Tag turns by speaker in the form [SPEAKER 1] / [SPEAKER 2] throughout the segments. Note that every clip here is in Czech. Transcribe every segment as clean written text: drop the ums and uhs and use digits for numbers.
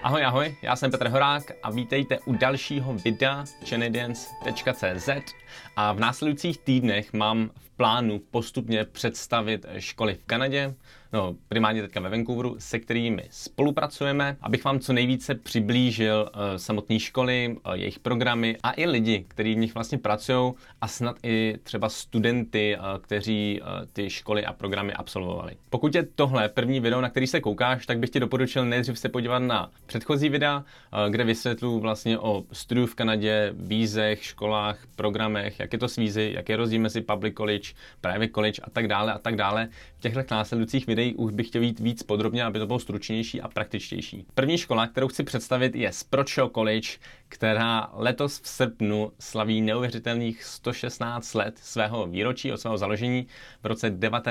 [SPEAKER 1] Ahoj, ahoj, já jsem Petr Horák a vítejte u dalšího videa Canadians.cz a v následujících týdnech mám v plánu postupně představit školy v Kanadě, primárně teďka ve Vancouveru, se kterými spolupracujeme, abych vám co nejvíce přiblížil samotné školy, jejich programy a i lidi, kteří v nich vlastně pracují a snad i třeba studenty, kteří ty školy a programy absolvovali. Pokud je tohle první video, na který se koukáš, tak bych ti doporučil nejdřív se podívat na předchozí videa, kde vysvětluji vlastně o studiu v Kanadě, vízech, školách, programech, jak je to s vízy, jak je rozdíl mezi public college, private college a tak dále a tak dále. V těchto následujících videích už bych chtěl jít víc podrobně, aby to bylo stručnější a praktičtější. První škola, kterou chci představit, je Sprosho College, která letos v srpnu slaví neuvěřitelných 116 let svého výročí od svého založení v roce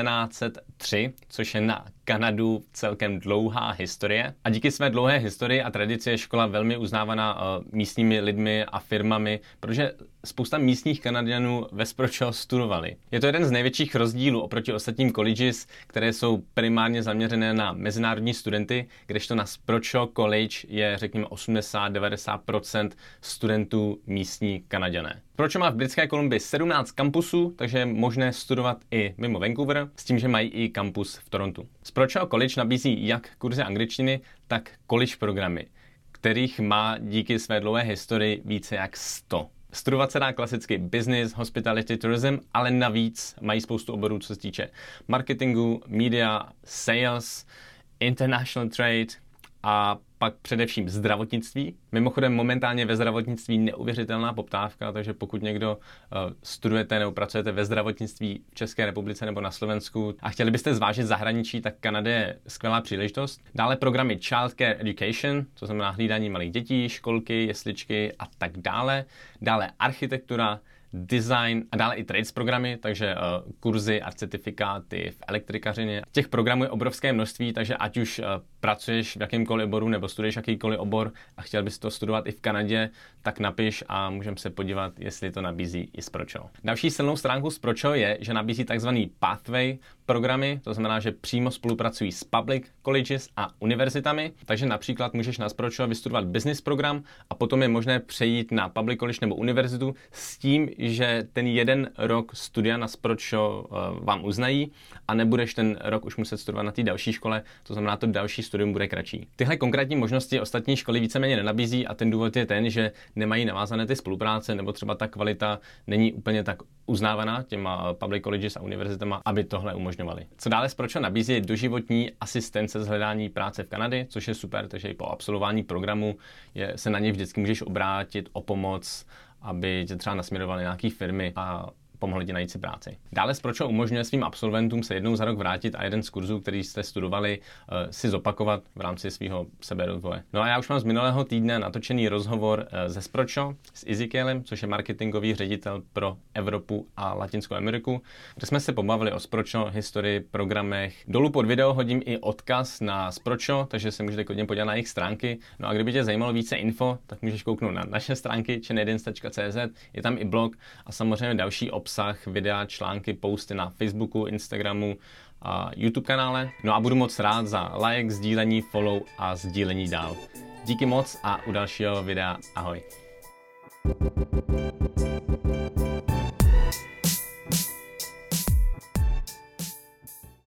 [SPEAKER 1] 1903, což je na Kanadu celkem dlouhá historie. A díky své dlouhé historii a tradici je škola velmi uznávaná místními lidmi a firmami, protože spousta místních Kanaďanů ve Sprosho studovali. Je to jeden z největších rozdílů oproti ostatním colleges, které jsou primárně zaměřené na mezinárodní studenty, kdežto na Sprosho College je, řekněme, 80-90% studentů místní Kanaďané. Sprosho má v Britské Kolumbii 17 kampusů, takže je možné studovat i mimo Vancouver, s tím, že mají i kampus v Torontu. Sprosho College nabízí jak kurzy angličtiny, tak college programy, kterých má díky své dlouhé historii více jak 100. Studovat se dá klasicky business, hospitality, tourism, ale navíc mají spoustu oborů, co se týče marketingu, media, sales, international trade a pak především zdravotnictví. Mimochodem momentálně ve zdravotnictví neuvěřitelná poptávka, takže pokud někdo studujete nebo pracujete ve zdravotnictví v České republice nebo na Slovensku a chtěli byste zvážit zahraničí, tak Kanada je skvělá příležitost. Dále programy Childcare Education, to znamená hlídání malých dětí, školky, jesličky a tak dále. Dále architektura, design a dále i trades programy, takže kurzy a certifikáty v elektrikařině. Těch programů je obrovské množství, takže ať už pracuješ v jakémkoliv oboru nebo studuješ jakýkoliv obor a chtěl bys to studovat i v Kanadě, tak napiš a můžeme se podívat, jestli to nabízí i Sprosho. Další silnou stránkou Sprosho je, že nabízí takzvaný pathway programy, to znamená, že přímo spolupracují s public colleges a univerzitami, takže například můžeš na Sprosho vystudovat business program a potom je možné přejít na public college nebo univerzitu s tím, že ten jeden rok studia na Sprosho vám uznají a nebudeš ten rok už muset studovat na té další škole, to znamená, to další studium bude kratší. Tyhle konkrétní možnosti ostatní školy víceméně nenabízí a ten důvod je ten, že nemají navázané ty spolupráce nebo třeba ta kvalita není úplně tak uznávaná těma public colleges a univerzitama, aby tohle umožňovali. Co dále Sprosho nabízí je doživotní asistence z hledání práce v Kanadě, což je super, takže i po absolvování programu se na ně vždycky můžeš obrátit o pomoc, aby tě třeba nasměrovali nějaký firmy a pomohli ti najít si práci. Dále Sprosho umožňuje svým absolventům se jednou za rok vrátit a jeden z kurzů, který jste studovali, si zopakovat v rámci svého seberozvoje. No a já už mám z minulého týdne natočený rozhovor ze Sprosho s Ezekielem, což je marketingový ředitel pro Evropu a Latinskou Ameriku, kde jsme se pobavili o Sprosho, historii, programech. Dolů pod video hodím i odkaz na Sprosho, takže se můžete klidně podívat na jejich stránky. No a kdyby tě zajímalo více info, tak můžeš kouknout na naše stránky canadians.cz, je tam i blog a samozřejmě další obsah, videa, články, posty na Facebooku, Instagramu a YouTube kanále. No a budu moc rád za like, sdílení, follow a sdílení dál. Díky moc a u dalšího videa ahoj.